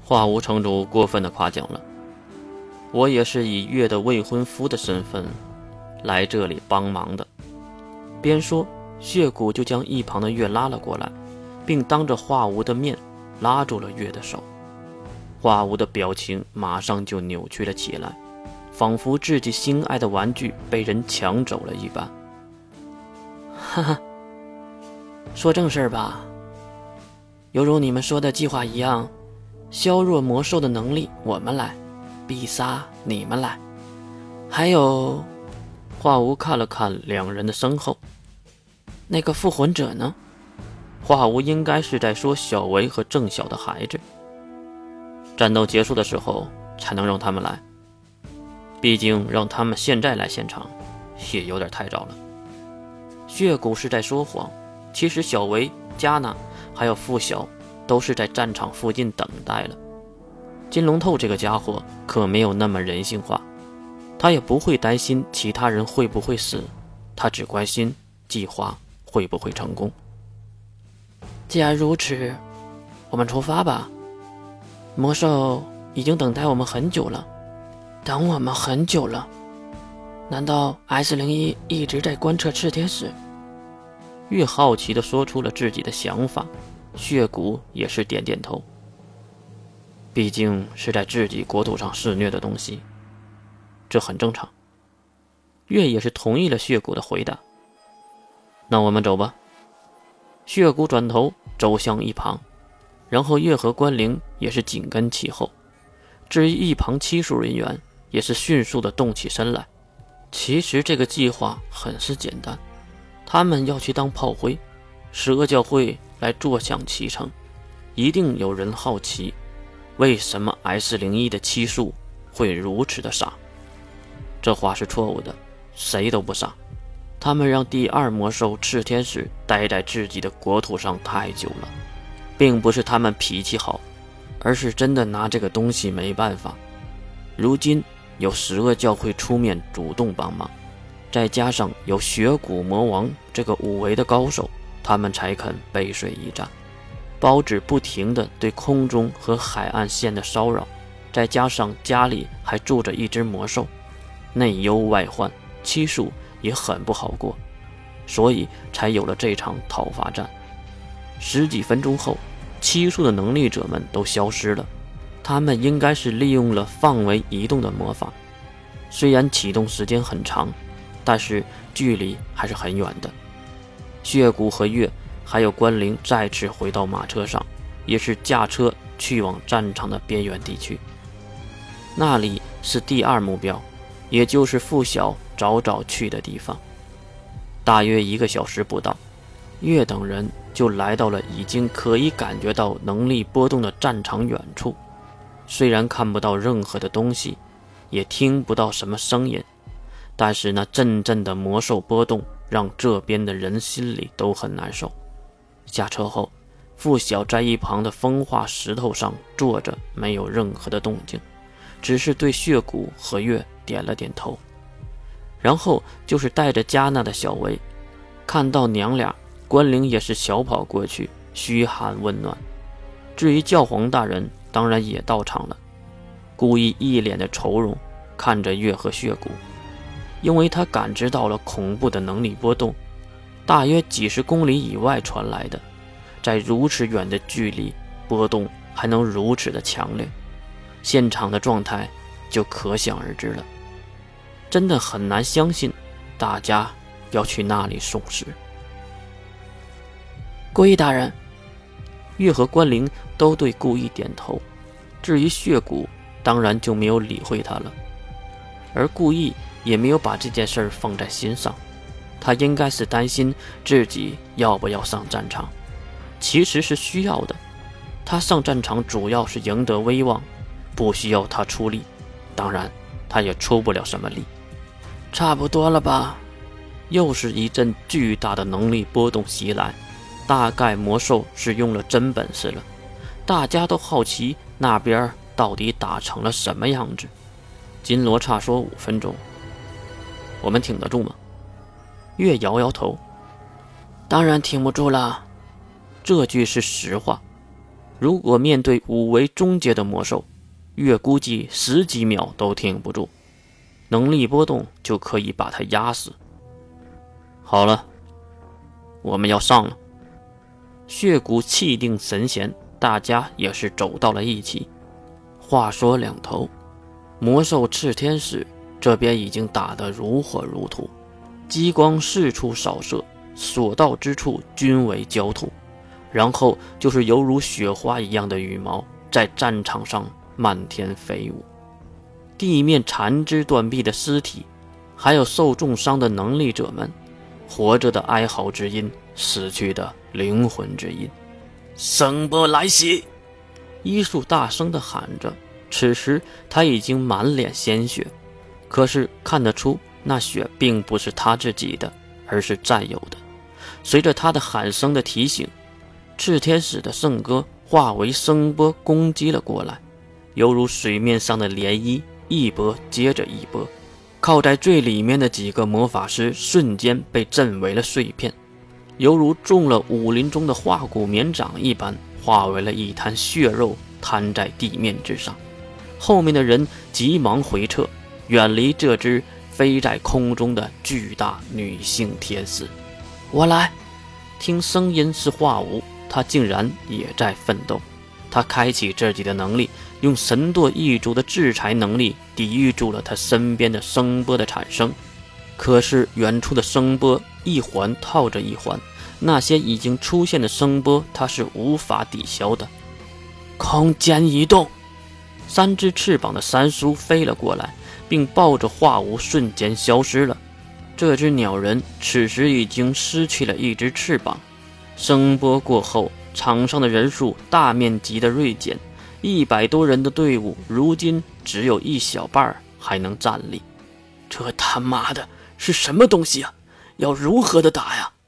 华无城主过分的夸奖了，我也是以月的未婚夫的身份来这里帮忙的。边说，血骨就将一旁的月拉了过来，并当着华无的面拉住了月的手。华无的表情马上就扭曲了起来，仿佛自己心爱的玩具被人抢走了一般。 哈哈，说正事吧，犹如你们说的计划一样，削弱魔兽的能力我们来，必杀你们来。还有， 华无看了看两人的身后， 那个复魂者呢？ 华无应该是在说小维和郑晓的孩子。战斗结束的时候才能让他们来，毕竟让他们现在来现场也有点太早了。血骨是在说谎，其实小维、加纳还有傅晓都是在战场附近等待了。金龙透这个家伙可没有那么人性化，他也不会担心其他人会不会死，他只关心计划会不会成功。 既然如此，我们出发吧。魔兽已经等待我们很久了，等我们很久了。难道 S01 一直在观测炽天使？ 越好奇地说出了自己的想法，血骨也是点点头。毕竟是在自己国土上肆虐的东西，这很正常。月也是同意了血骨的回答。那我们走吧。血骨转头走向一旁，然后月和关灵也是紧跟其后。至于一旁七术人员也是迅速地动起身来。其实这个计划很是简单，他们要去当炮灰，十恶教会来坐享其成。一定有人好奇，为什么 S01 的七术会如此的傻？这话是错误的，谁都不傻。他们让第二魔兽炽天使待在自己的国土上太久了，并不是他们脾气好，而是真的拿这个东西没办法。如今有十恶教会出面主动帮忙，再加上有血骨魔王这个五维的高手，他们才肯背水一战。包子不停地对空中和海岸线的骚扰，再加上家里还住着一只魔兽，内忧外患，七术也很不好过，所以才有了这场讨伐战。十几分钟后，七术的能力者们都消失了，他们应该是利用了范围移动的魔法，虽然启动时间很长，但是距离还是很远的。血骨和月还有关灵再次回到马车上，也是驾车去往战场的边缘地区。那里是第二目标，也就是傅晓早早去的地方。大约1个小时不到，月等人就来到了已经可以感觉到能力波动的战场远处。虽然看不到任何的东西，也听不到什么声音，但是那阵阵的魔兽波动让这边的人心里都很难受。下车后，傅晓在一旁的风化石头上坐着，没有任何的动静，只是对血骨和月点了点头。然后就是带着加纳的小维，看到娘俩，关灵也是小跑过去嘘寒问暖。至于教皇大人当然也到场了，故意一脸的愁容看着月和血骨，因为他感知到了恐怖的能力波动，大约几十公里以外传来的，在如此远的距离，波动还能如此的强烈，现场的状态就可想而知了。真的很难相信大家要去那里送死。 顾意大人， 月和关灵都对顾意点头，至于血骨当然就没有理会他了，而顾意也没有把这件事放在心上，他应该是担心自己要不要上战场，其实是需要的。他上战场主要是赢得威望，不需要他出力，当然他也出不了什么力。 差不多了吧？ 又是一阵巨大的能力波动袭来，大概魔兽是用了真本事了。大家都好奇那边到底打成了什么样子。金罗刹说5分钟，我们挺得住吗？月摇摇头， 当然挺不住了。 这句是实话。 如果面对5为中阶的魔兽，月估计10几秒都挺不住，能力波动就可以把他压死。好了，我们要上了。血骨气定神闲，大家也是走到了一起。话说两头，魔兽炽天使这边已经打得如火如荼，激光四处扫射，所到之处均为焦土，然后就是犹如雪花一样的羽毛在战场上漫天飞舞。地面残肢断臂的尸体，还有受重伤的能力者们，活着的哀嚎之音，死去的灵魂之音。 声波来袭！ 医术大声地喊着，此时他已经满脸鲜血，可是看得出那血并不是他自己的，而是战友的。随着他的喊声的提醒，炽天使的圣歌化为声波攻击了过来，犹如水面上的涟漪，一波接着一波。靠在最里面的几个魔法师瞬间被震为了碎片，犹如中了武林中的化骨绵掌一般，化为了一滩血肉摊在地面之上。后面的人急忙回撤，远离这只飞在空中的巨大女性天使。 我来。 听声音是化无，他竟然也在奋斗。他开启自己的能力，用神舵一族的制裁能力抵御住了他身边的声波的产生。可是远处的声波一环套着一环，那些已经出现的声波他是无法抵消的。 空间移动 ，3只翅膀的三叔飞了过来，并抱着化无瞬间消失了。这只鸟人此时已经失去了一只翅膀。声波过后，场上的人数大面积的锐减，100多人的队伍如今只有一小半还能站立。 这他妈的是什么东西啊？要如何的打呀？